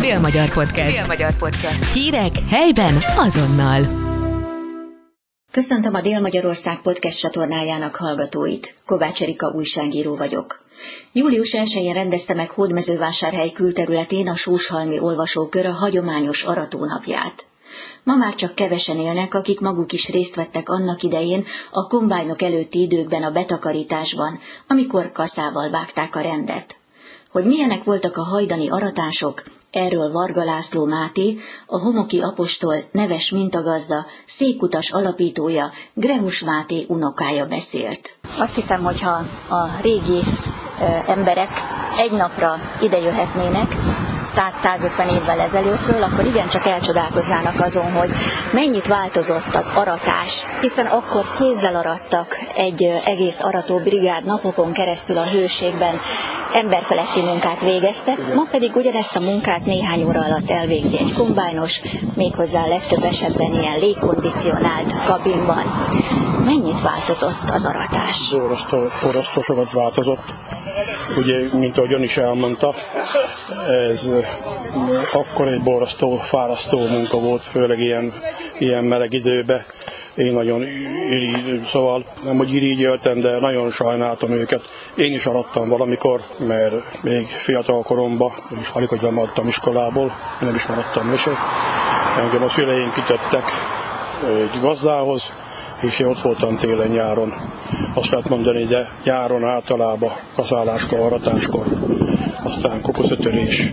Dél-Magyar Podcast. Dél-Magyar Podcast. Hírek helyben azonnal. Köszöntöm a Dél-Magyarország Podcast csatornájának hallgatóit. Kovács Erika újságíró vagyok. Július 1-én rendezte meg Hódmezővásárhely külterületén a Sóshalmi Olvasókör a hagyományos aratónapját. Ma már csak kevesen élnek, akik maguk is részt vettek annak idején a kombájnok előtti időkben a betakarításban, amikor kaszával vágták a rendet. Hogy milyenek voltak a hajdani aratások, erről Varga László Máté, a homoki apostol neves mintagazda, székutas alapítója, Gremus Máté unokája beszélt. Azt hiszem, hogyha a régi emberek egy napra ide jöhetnének, 100-150 évvel ezelőttről, akkor igencsak elcsodálkoznának azon, hogy mennyit változott az aratás, hiszen akkor kézzel arattak, egy egész aratóbrigád napokon keresztül a hőségben emberfeletti munkát végeztek, ma pedig ugyanezt a munkát néhány óra alatt elvégzi egy kombájnos, méghozzá a legtöbb esetben ilyen légkondicionált kabinban. Mennyit változott az aratás? Borzasztó sokat változott. Ugye, mint ahogy ön is elmondta, ez akkor egy borzasztó, fárasztó munka volt, főleg ilyen meleg időben. Én nagyon szóval nem hogy irigyeltem, de nagyon sajnáltam őket. Én is arattam valamikor, mert még fiatal koromban, alig hogy lemadtam iskolából, nem is maradtam is. Engem a szüleim kitettek egy gazdához, és én ott voltam télen-nyáron. Azt lehet mondani, de nyáron általában kaszáláskor, aratáskor, aztán kokosötörés.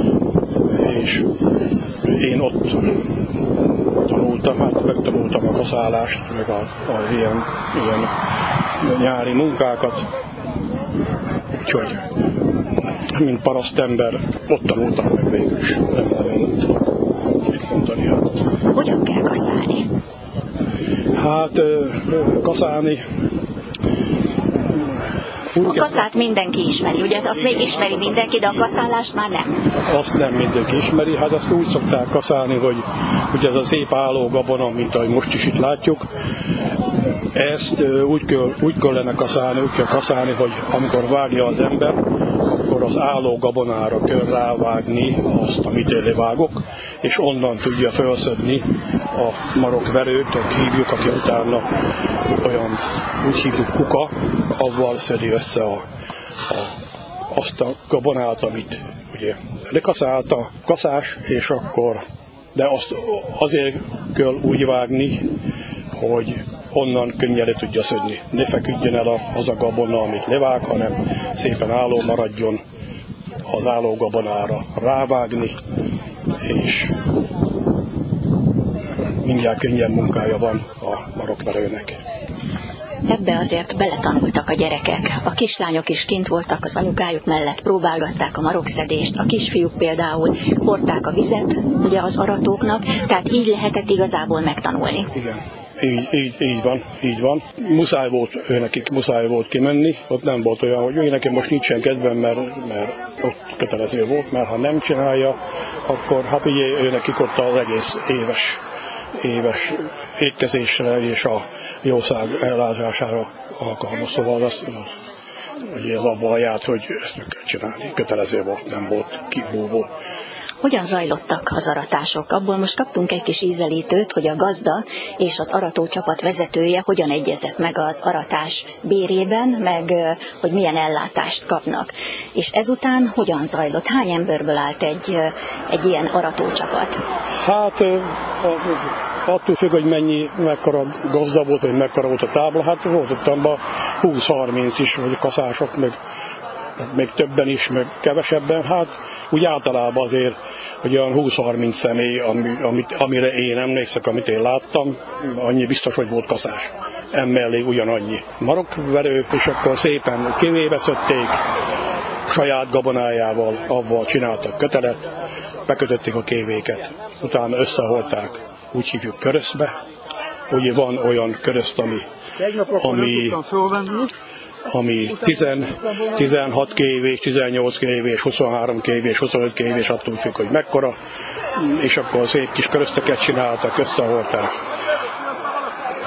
És én ott tanultam, megtanultam a kaszálást, meg a ilyen nyári munkákat. Úgyhogy, mint parasztember, ott tanultam meg végül is. Nem nagyon mit mondani. Hogyan kell kaszálni? Hát, kaszálni... A kaszát mindenki ismeri, ugye? Azt még ismeri mindenki, de a kaszálást már nem. Azt nem mindenki ismeri, hát azt úgy szokták kaszálni, hogy ez a szép álló gabona, mint ahogy most is itt látjuk, ezt úgy kellene kaszálni, úgy kell kaszálni, hogy amikor vágja az ember, akkor az álló gabonára kell rávágni azt, amit levágok, és onnan tudja felszedni a marokverőt, hívjuk, aki utána olyan, úgy hívjuk kuka, avval szedi össze azt a gabonát, amit ugye lekaszált a kaszás, és akkor, de azt azért kell úgy vágni, hogy onnan könnyen le tudja szedni. Ne feküdjön el az a gabona, amit levág, hanem szépen álló maradjon az álló gabonára rávágni, és mindjárt könnyen munkája van a marokverőnek. Ebbe azért beletanultak a gyerekek. A kislányok is kint voltak az anyukájuk mellett, próbálgatták a marokszedést, a kisfiúk például hordták a vizet ugye az aratóknak, tehát így lehetett igazából megtanulni. Igen. Így van. Muszáj volt kimenni, ott nem volt olyan, hogy nekem most nincsen kedvem, mert ott kötelező volt, mert ha nem csinálja, akkor hát ugye őnekik ott az egész éves étkezésre és a jószág ellátására alkalmas, szóval az abban járt, hogy ezt meg kell csinálni, kötelező volt, nem volt kibúvó. Hogyan zajlottak az aratások? Abból most kaptunk egy kis ízelítőt, hogy a gazda és az aratócsapat vezetője hogyan egyezett meg az aratás bérében, meg hogy milyen ellátást kapnak. És ezután hogyan zajlott? Hány emberből állt egy ilyen aratócsapat? Hát attól függ, hogy mekkora gazda volt, vagy mekkora volt a tábla. Hát volt ottanban 20-30 is, vagy kaszások, meg többen is, meg kevesebben. Hát úgy általában azért, hogy olyan 20-30 személy, amire én emlékszek, amit én láttam, annyi biztos, hogy volt kaszás. Emellé ugyanannyi marokverő, és akkor szépen kivébe szedték, saját gabonájával, avval csináltak kötelet, bekötötték a kévéket, utána összehordták, úgy hívjuk köröszbe. Ugye van olyan köröszt, ami 16 kV, 18 kV, 23 kV, 25 kV, attól függ, hogy mekkora, és akkor szép kis körözteket csináltak, összehordták.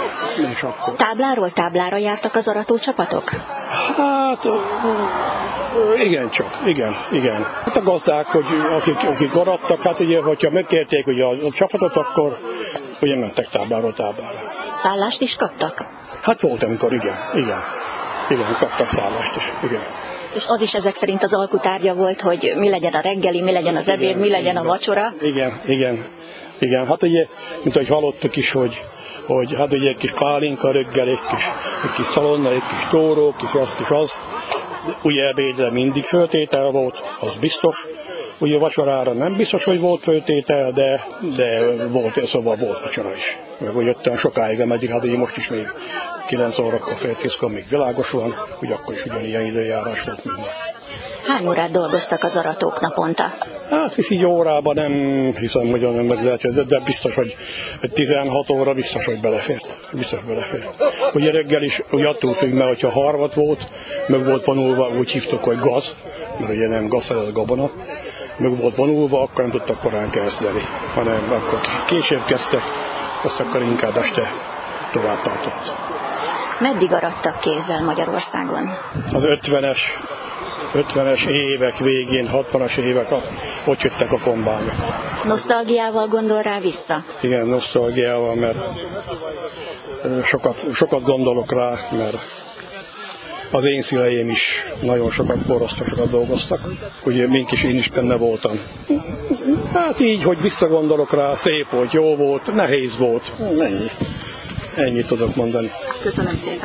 Tábláról táblára jártak az aratócsapatok? Hát Igen, csak, igen. Hát a gazdák, hogy akik arattak, hát ugye, hogyha megkérték ugye a csapatot, akkor ugye mentek tábláról táblára. Szállást is kaptak? Hát volt, amikor igen, kaptak szállást is, igen. És az is ezek szerint az alkutárgya volt, hogy mi legyen a reggeli, mi legyen az ebéd, mi legyen a vacsora? Igen. Hát ugye, mint ahogy hallottuk is, hogy hát ugye egy kis pálinka reggel, egy kis szalonna, egy kis tóró, kis az. Ugye ebédre mindig föltétel volt, az biztos. Ugye vacsorára nem biztos, hogy volt föltétel, de volt, szóval volt vacsora is. Meg ugye ott sokáig emeddig, hát ugye most is még 9 órakor fél 10-kor még világos van, ugye akkor is ugyanilyen időjárás volt, mint most. Hány órát dolgoztak az aratók naponta? Hát így órában nem hiszem, hogy olyan meg lehet, de biztos, hogy 16 óra biztos, hogy belefért. Ugye reggel is úgy attól függ, mert hogyha harvat volt, meg volt vonulva, úgy hívtuk, hogy gaz, mert ugye nem gaz, ez a gabona, meg volt vonulva, akkor nem tudtak korán kezdeni, hanem akkor később kezdtek, azt akkor inkább este tovább tartott. Meddig arattak kézzel Magyarországon? Az 50-es évek végén, 60-as évek, ott jöttek a kombányok. Nosztalgiával gondol rá vissza? Igen, nosztalgiával, mert sokat gondolok rá, mert az én szüleim is nagyon borzasztó sokat dolgoztak. Ugye én is benne voltam. Hát így, hogy visszagondolok rá, szép volt, jó volt, nehéz volt. Ennyit tudok mondani. Köszönöm szépen.